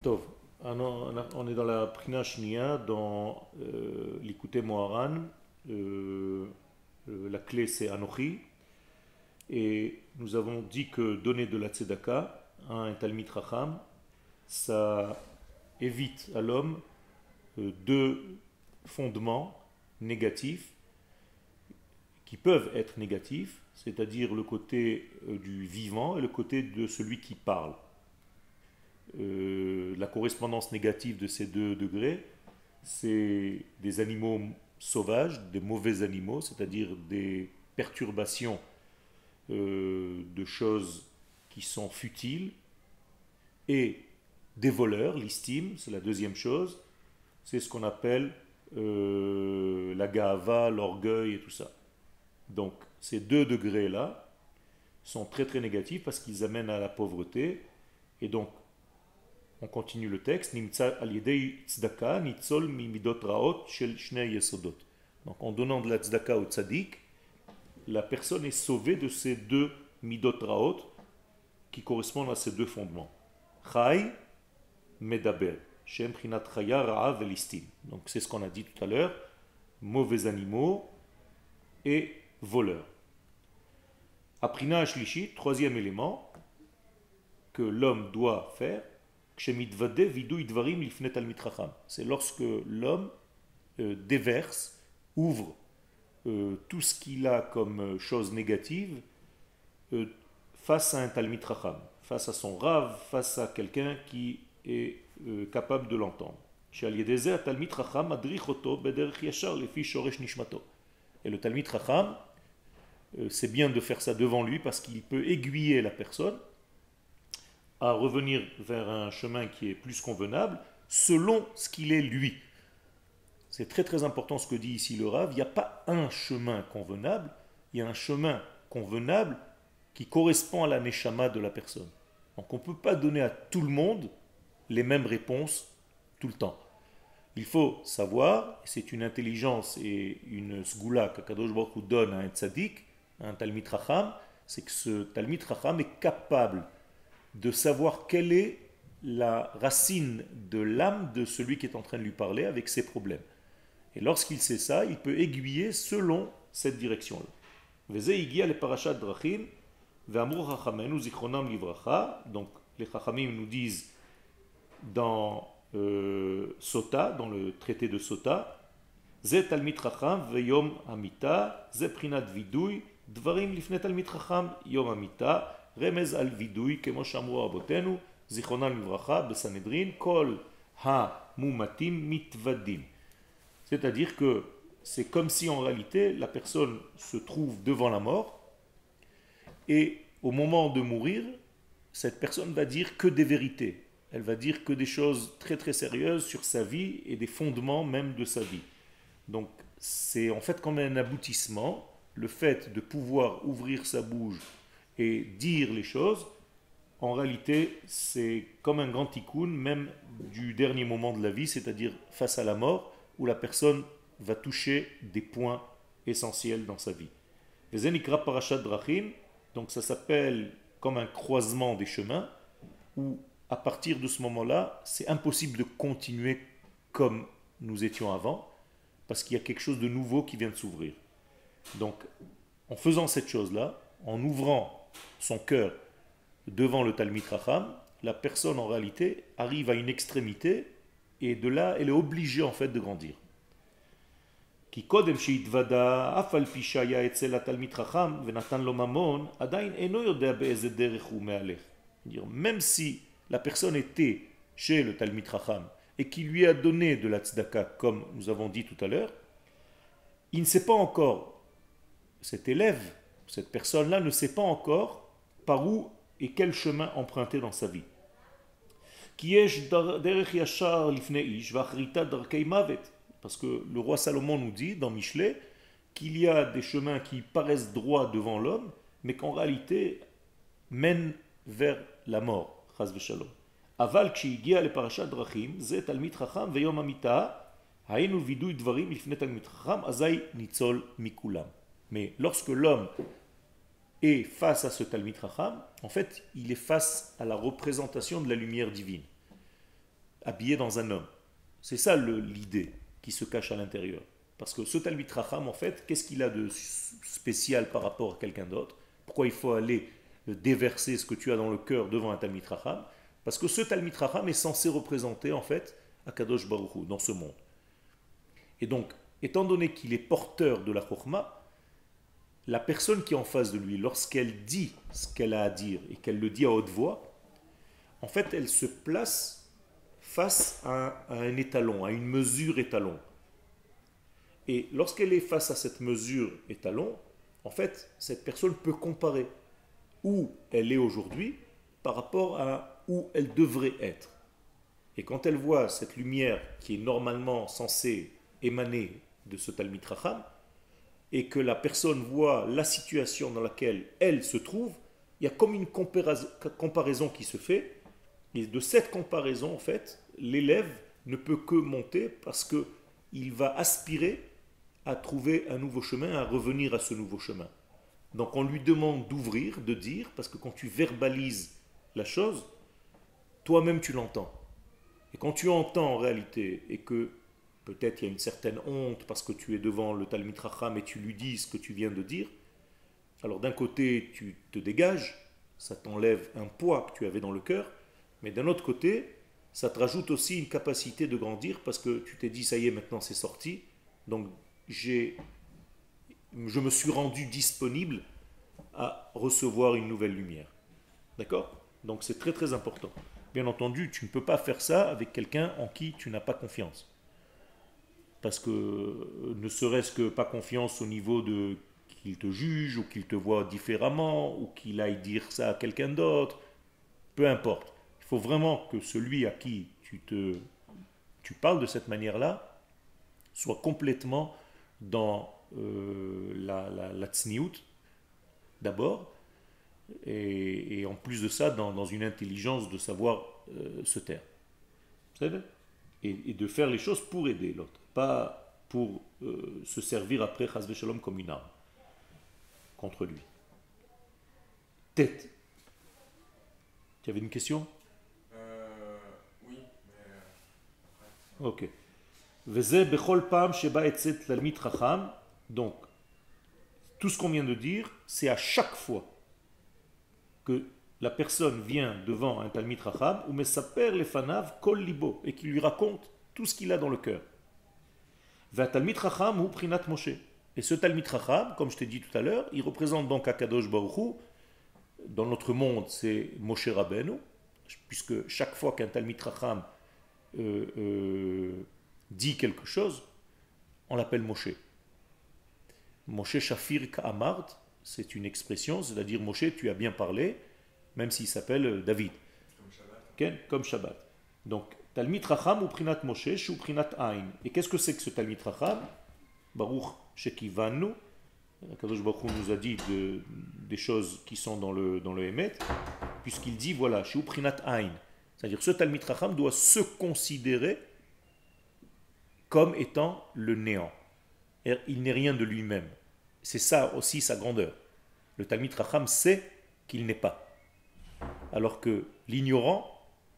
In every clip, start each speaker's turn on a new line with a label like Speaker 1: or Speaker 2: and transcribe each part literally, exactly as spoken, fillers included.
Speaker 1: Tov. Ah non, on a- on est dans la Prina Shnia, dans euh, l'Ikouté Moharan. Euh, euh, la clé c'est Anochi. Et nous avons dit que donner de la tzedaka à un Talmid Racham, ça évite à l'homme euh, deux fondements négatifs qui peuvent être négatifs, c'est-à-dire le côté euh, du vivant et le côté de celui qui parle. Euh, la correspondance négative de ces deux degrés, c'est des animaux sauvages, des mauvais animaux, c'est-à-dire des perturbations euh, de choses qui sont futiles, et des voleurs, l'estime, c'est la deuxième chose, c'est ce qu'on appelle euh, la gava, l'orgueil et tout ça. Donc ces deux degrés-là sont très très négatifs parce qu'ils amènent à la pauvreté, et donc on continue le texte. Nimtza al yedei tzedaka nitzol mi midot raot shel shnei yesodot. Donc en donnant de la tzedaka au tzaddik, la personne est sauvée de ces deux midot raot qui correspondent à ces deux fondements. Chai medaber shem prinat chaya ra'a velistim. Donc c'est ce qu'on a dit tout à l'heure, mauvais animaux et voleurs. Aprina shlishi, troisième élément que l'homme doit faire, c'est lorsque l'homme euh, déverse, ouvre euh, tout ce qu'il a comme euh, chose négative euh, face à un Talmid Chacham, face à son Rav, face à quelqu'un qui est euh, capable de l'entendre. Et le Talmid Chacham, euh, c'est bien de faire ça devant lui parce qu'il peut aiguiller la personne à revenir vers un chemin qui est plus convenable selon ce qu'il est lui. C'est très très important ce que dit ici le Rav. Il n'y a pas un chemin convenable, il y a un chemin convenable qui correspond à la neshama de la personne. Donc on ne peut pas donner à tout le monde les mêmes réponses tout le temps. Il faut savoir, c'est une intelligence et une sgoula qu'Akadosh Baruch Hu donne à un tzaddik, à un Talmid Chacham, c'est que ce Talmid Chacham est capable de savoir quelle est la racine de l'âme de celui qui est en train de lui parler avec ses problèmes. Et lorsqu'il sait ça, il peut aiguiller selon cette direction-là. Donc les Chachamim nous disent dans euh, Sota, dans le traité de Sota, Ze Talmid Chacham veyom Hamita, Ze Prinat Vidui, Dvarim lifne Talmid Chacham yom Hamita, Remez al vidui, kemo shamru abotenu, zichronam livracha, besanedrin, kol ha mumatim mitvadim. C'est-à-dire que c'est comme si en réalité la personne se trouve devant la mort et au moment de mourir, cette personne va dire que des vérités. Elle va dire que des choses très très sérieuses sur sa vie et des fondements même de sa vie. Donc c'est en fait comme un aboutissement, le fait de pouvoir ouvrir sa bouche et dire les choses, en réalité, c'est comme un grand tikkun, même du dernier moment de la vie, c'est-à-dire face à la mort, où la personne va toucher des points essentiels dans sa vie. Zenikra Parashat Drachim, donc ça s'appelle comme un croisement des chemins, où à partir de ce moment-là, c'est impossible de continuer comme nous étions avant, parce qu'il y a quelque chose de nouveau qui vient de s'ouvrir. Donc, en faisant cette chose-là, en ouvrant son cœur devant le Talmid Chacham, la personne en réalité arrive à une extrémité et de là elle est obligée en fait de grandir. Ki kodem sheitvada afal pi shaya etzel haTalmid Chacham venatan lo mamon adain eno yodea be'eze derech hu mehalech. Même si la personne était chez le Talmid Chacham et qui lui a donné de la tzedaka comme nous avons dit tout à l'heure, il ne sait pas encore, cet élève, cette personne-là ne sait pas encore par où et quel chemin emprunter dans sa vie. Parce que le roi Salomon nous dit dans Michelet qu'il y a des chemins qui paraissent droits devant l'homme, mais qu'en réalité mènent vers la mort. Aval kshigia le parashat drachim, ze talmid chacham veyom hamita, hainu vidui dvarim lifne talmid chacham, azay nitzol mikulam. Mais lorsque l'homme est face à ce Talmid Chacham, en fait, il est face à la représentation de la lumière divine. habillé dans un homme. C'est ça le- l'idée qui se cache à l'intérieur. Parce que ce Talmid Chacham, en fait, qu'est-ce qu'il a de spécial par rapport à quelqu'un d'autre? Pourquoi il faut aller déverser ce que tu as dans le cœur devant un Talmid Chacham? Parce que ce Talmid Chacham est censé représenter, en fait, Akadosh Baruch Hu dans ce monde. Et donc, étant donné qu'il est porteur de la Chokhmah, la personne qui est en face de lui, lorsqu'elle dit ce qu'elle a à dire et qu'elle le dit à haute voix, en fait, elle se place face à, à un étalon, à une mesure étalon. Et lorsqu'elle est face à cette mesure étalon, en fait, cette personne peut comparer où elle est aujourd'hui par rapport à où elle devrait être. Et quand elle voit cette lumière qui est normalement censée émaner de ce Talmid Chacham, et que la personne voit la situation dans laquelle elle se trouve, il y a comme une comparaison qui se fait, et de cette comparaison, en fait, l'élève ne peut que monter parce qu'il va aspirer à trouver un nouveau chemin, à revenir à ce nouveau chemin. Donc on lui demande d'ouvrir, de dire, parce que quand tu verbalises la chose, toi-même tu l'entends. Et quand tu entends en réalité, et que peut-être il y a une certaine honte parce que tu es devant le Talmid Chacham et tu lui dis ce que tu viens de dire, alors d'un côté tu te dégages, ça t'enlève un poids que tu avais dans le cœur, mais d'un autre côté, ça te rajoute aussi une capacité de grandir parce que tu t'es dit, ça y est, maintenant c'est sorti, donc j'ai, je me suis rendu disponible à recevoir une nouvelle lumière. D'accord? Donc c'est très très important. Bien entendu, tu ne peux pas faire ça avec quelqu'un en qui tu n'as pas confiance. Parce que ne serait-ce que pas confiance au niveau de qu'il te juge ou qu'il te voit différemment ou qu'il aille dire ça à quelqu'un d'autre, peu importe. Il faut vraiment que celui à qui tu, te, tu parles de cette manière-là soit complètement dans euh, la, la, la tsniout, d'abord, et, et en plus de ça, dans, dans une intelligence de savoir euh, se taire. Vous savez, et, et de faire les choses pour aider l'autre, pas pour euh, se servir après Chas v'Shalom comme une arme contre lui. Tête. Tu avais une question?
Speaker 2: Euh, oui, mais...
Speaker 1: Ok. Veze bechol pam sheba etzet lalmid chacham. Donc, tout ce qu'on vient de dire, c'est à chaque fois que la personne vient devant un Talmid Chacham ou mesaper lefanav kol libo et qui lui raconte tout ce qu'il a dans le cœur. Va Talmid Chacham ou prinat Moshe. Et ce Talmid Chacham, comme je t'ai dit tout à l'heure, il représente donc Akadosh Baruch Hu. Dans notre monde, c'est Moshe Rabbeinu, puisque chaque fois qu'un Talmid Chacham euh, euh, dit quelque chose, on l'appelle Moshe. Moshe Shafir Ka'amart, c'est une expression, c'est-à-dire Moshe, tu as bien parlé, même s'il s'appelle David.
Speaker 2: Comme Shabbat.
Speaker 1: Okay? Comme Shabbat. Donc, Talmid Chacham ou Prinat Moshe, Shu Prinat Ain. Et qu'est-ce que c'est que ce Talmid Chacham? Baruch Shekivanu. Kadosh Baruch Hu nous a dit de, des choses qui sont dans le, dans le Emet, puisqu'il dit, voilà, Shu Prinat Ain. C'est-à-dire, ce Talmid Chacham doit se considérer comme étant le néant. Il n'est rien de lui-même. C'est ça aussi sa grandeur. Le Talmid Chacham sait qu'il n'est pas. Alors que l'ignorant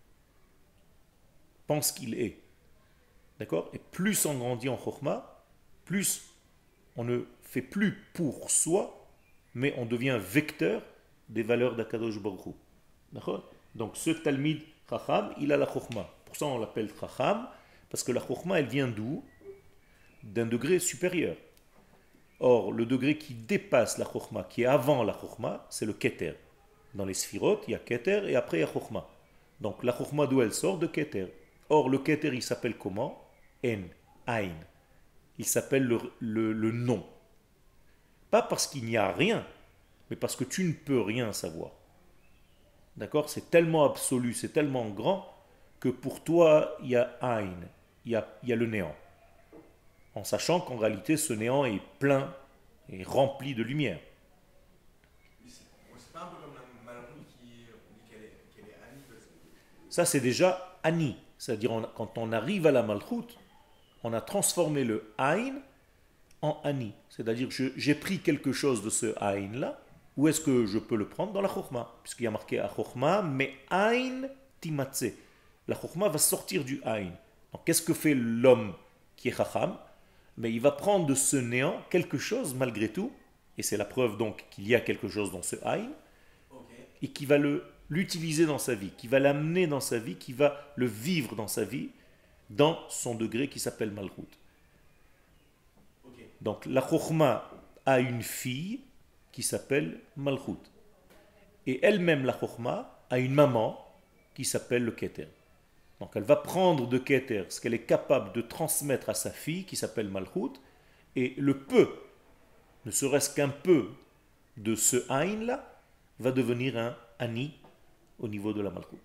Speaker 1: pense qu'il est. D'accord? Et plus on grandit en Chokhmah, plus on ne fait plus pour soi, mais on devient vecteur des valeurs d'Akadosh Baruch Hu. D'accord? Donc ce Talmid Chacham, il a la Chokhmah. Pour ça on l'appelle Chacham, parce que la Chokhmah, elle vient d'où? D'un degré supérieur. Or, le degré qui dépasse la Chokhmah, qui est avant la Chokhmah, c'est le Keter. Dans les Sphirot, il y a Keter et après il y a Chokhmah. Donc la Chokhmah, d'où elle sort? De Keter. Or, le Keter, il s'appelle comment? En, Ain. Il s'appelle le, le, le nom. Pas parce qu'il n'y a rien, mais parce que tu ne peux rien savoir. D'accord? C'est tellement absolu, c'est tellement grand, que pour toi, il y a Ain, il y a, il y a le néant. En sachant qu'en réalité, ce néant est plein et rempli de lumière.
Speaker 2: C'est pas un peu comme la Malroute qui dit qu'elle est, qu'elle est Annie parce que...
Speaker 1: Ça, c'est déjà Ani. C'est-à-dire, on- quand on arrive à la Malchut, on a transformé le Ain en Ani. C'est-à-dire, je- j'ai pris quelque chose de ce Ain-là. Où est-ce que je peux le prendre? Dans la Chokhmah. Puisqu'il y a marqué à Chokhmah, mais Ain timatse. La chokhmah va sortir du aïn. Donc qu'est-ce que fait l'homme qui est chacham? Mais il va prendre de ce néant quelque chose malgré tout, et c'est la preuve donc qu'il y a quelque chose dans ce aïn, et qui va le, l'utiliser dans sa vie, qui va l'amener dans sa vie, qui va le vivre dans sa vie, dans son degré qui s'appelle Malchut. Donc la Chokhmah a une fille qui s'appelle Malchut. Et elle-même, la Chokhmah, a une maman qui s'appelle le Keter. Donc elle va prendre de Keter ce qu'elle est capable de transmettre à sa fille qui s'appelle Malchut, et le peu, ne serait-ce qu'un peu de ce Aïn là, va devenir un Ani au niveau de la Malchut.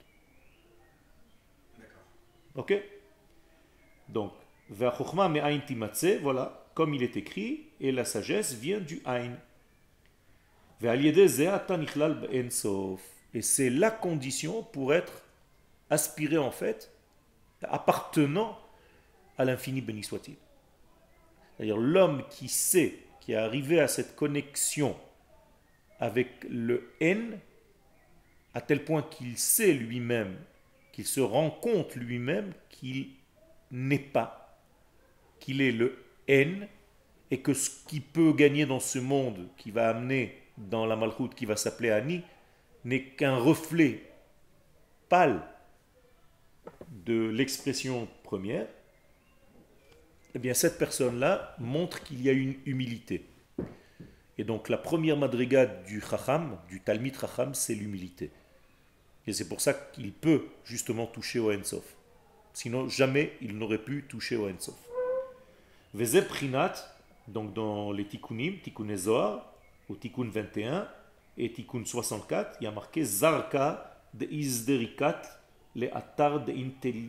Speaker 1: Ok? Donc, Ve'ha chokhmah me'ayin timatzeh, voilà, comme il est écrit, et la sagesse vient du Aïn. Ve'al yedeh zeh ata nichlal be'en sof. Et c'est la condition pour être aspiré en fait, appartenant à l'infini béni soit-il. C'est-à-dire l'homme qui sait, qui est arrivé à cette connexion avec le N, à tel point qu'il sait lui-même, qu'il se rend compte lui-même qu'il n'est pas, qu'il est le N, et que ce qu'il peut gagner dans ce monde, qui va amener dans la Malchut, qui va s'appeler Ani, n'est qu'un reflet pâle de l'expression première. Eh bien cette personne-là montre qu'il y a une humilité. Et donc la première madriga du Chacham, du Talmid Chacham, c'est l'humilité. Et c'est pour ça qu'il peut justement toucher au Ein Sof. Sinon jamais il n'aurait pu toucher au Ein Sof. Vezeh Prinat, donc dans les Tikkunim, Tikkun Zohar, au Tikkun vingt et un et Tikkun soixante-quatre, il y a marqué Zarka de Izderikat le Atar de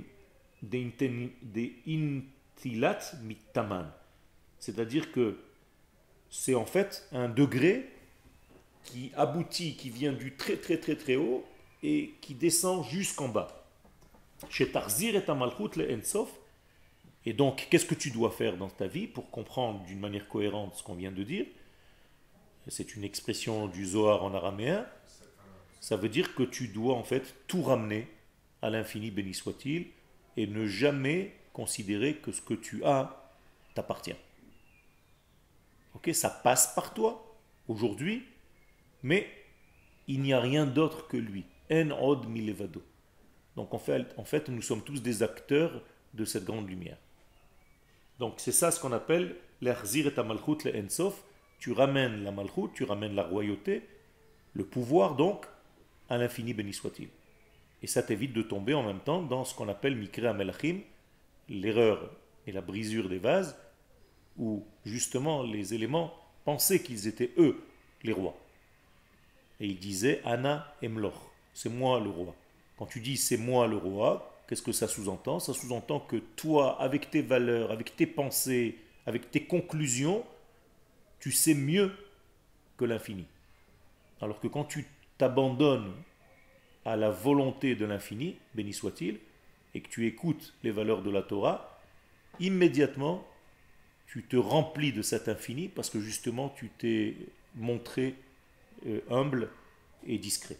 Speaker 1: Intilat Mittaman. C'est-à-dire que c'est en fait un degré qui aboutit, qui vient du très très très très haut et qui descend jusqu'en bas. Chez Tarzir et Tamalchut le Ensof. Et donc, qu'est-ce que tu dois faire dans ta vie pour comprendre d'une manière cohérente ce qu'on vient de dire? C'est une expression du Zohar en araméen. Ça veut dire que tu dois en fait tout ramener à l'infini, béni soit-il, et ne jamais considérer que ce que tu as t'appartient. Ok, ça passe par toi aujourd'hui, mais il n'y a rien d'autre que lui. En od milevado. Donc en fait, en fait, nous sommes tous des acteurs de cette grande lumière. Donc c'est ça ce qu'on appelle l'Arzir et Malchut le Ensof. Tu ramènes la Malchut, tu ramènes la royauté, le pouvoir donc, à l'infini béni soit-il. Et ça t'évite de tomber en même temps dans ce qu'on appelle Mikre Amelachim, l'erreur et la brisure des vases, où justement les éléments pensaient qu'ils étaient eux les rois. Et ils disaient Ana Emloch, c'est moi le roi. Quand tu dis c'est moi le roi, qu'est-ce que ça sous-entend? Ça sous-entend que toi, avec tes valeurs, avec tes pensées, avec tes conclusions, tu sais mieux que l'infini. Alors que quand tu t'abandonnes à la volonté de l'infini, béni soit-il, et que tu écoutes les valeurs de la Torah, immédiatement, tu te remplis de cet infini parce que justement, tu t'es montré euh, humble et discret.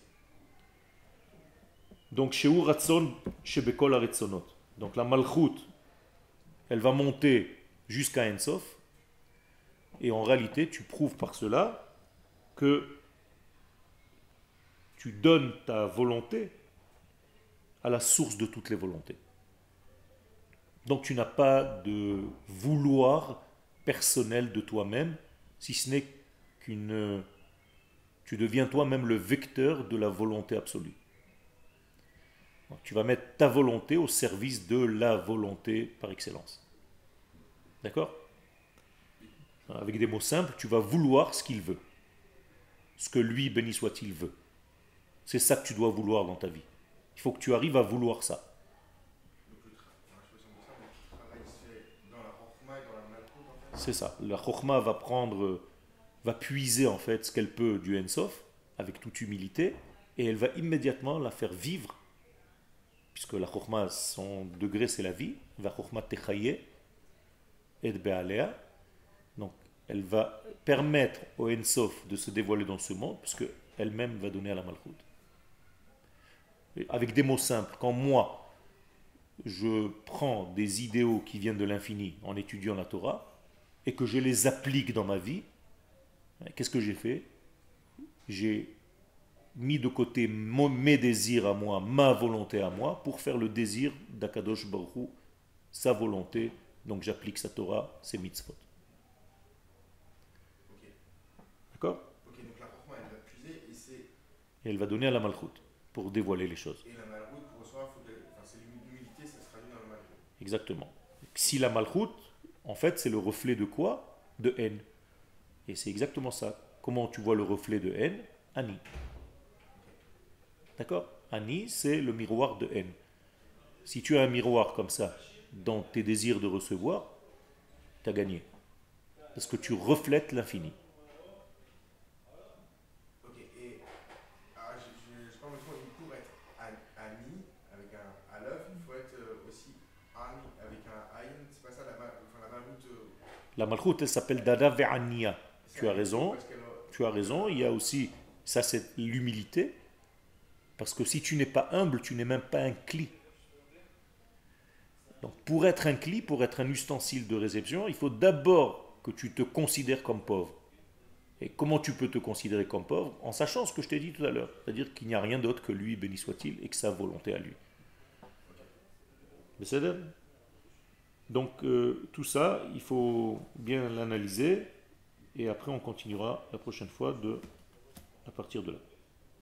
Speaker 1: Donc, Sheu Ratzon Shebekol Haretzonot. Donc, la Malchut, elle va monter jusqu'à Ein Sof, et en réalité, tu prouves par cela que tu donnes ta volonté à la source de toutes les volontés. Donc tu n'as pas de vouloir personnel de toi-même, si ce n'est qu'une... Tu deviens toi-même le vecteur de la volonté absolue. Donc, tu vas mettre ta volonté au service de la volonté par excellence. D'accord? Avec des mots simples, tu vas vouloir ce qu'il veut. Ce que lui, béni soit-il, veut. C'est ça que tu dois vouloir dans ta vie. Il faut que tu arrives à vouloir ça. C'est ça. La chokhmah va prendre, va puiser en fait ce qu'elle peut du Ein Sof, avec toute humilité, et elle va immédiatement la faire vivre, puisque la chokhmah, son degré c'est la vie, va chokhmah techaye, et be'alea. Donc elle va permettre au Ein Sof de se dévoiler dans ce monde, puisque elle-même va donner à la Malchut. Avec des mots simples, quand moi, je prends des idéaux qui viennent de l'infini en étudiant la Torah et que je les applique dans ma vie, qu'est-ce que j'ai fait? J'ai mis de côté mon- mes désirs à moi, ma volonté à moi, pour faire le désir d'Akadosh Baruch Hu, sa volonté. Donc j'applique sa Torah, ses mitzvot.
Speaker 2: Ok.
Speaker 1: D'accord?
Speaker 2: Ok, donc la Chokhmah, elle va puiser et c'est.
Speaker 1: Et elle va donner à la Malchut pour dévoiler les choses.
Speaker 2: Et la Malroute, pour recevoir, faut que. Enfin, c'est l'humilité, ça se traduit dans la Malroute.
Speaker 1: Exactement. Si la Malchut, en fait, c'est le reflet de quoi? De haine. Et c'est exactement ça. Comment tu vois le reflet de haine? Ani. D'accord? Ani, c'est le miroir de haine. Si tu as un miroir comme ça dans tes désirs de recevoir, tu as gagné. Parce que tu reflètes l'infini.
Speaker 2: Ok, et. Alors, je, je, je parle maintenant, pour être an- Ani, avec un Aleph, il faut être euh, aussi Ani, avec un Ayin, c'est pas ça la, ma- enfin, la Malroute. euh,
Speaker 1: La Malchut, elle s'appelle Dada Ve'ania.
Speaker 2: c'est
Speaker 1: Tu as
Speaker 2: un défaut
Speaker 1: raison.
Speaker 2: parce qu'elle.
Speaker 1: Tu as raison. Il y a aussi, ça c'est l'humilité. Parce que si tu n'es pas humble, tu n'es même pas un cli. Donc pour être un cli, pour être un ustensile de réception, il faut d'abord que tu te considères comme pauvre. Et comment tu peux te considérer comme pauvre? En sachant ce que je t'ai dit tout à l'heure. C'est-à-dire qu'il n'y a rien d'autre que lui, béni soit-il, et que sa volonté à lui. Mais c'est vrai. Donc euh, tout ça, il faut bien l'analyser. Et après on continuera la prochaine fois de, à partir de là.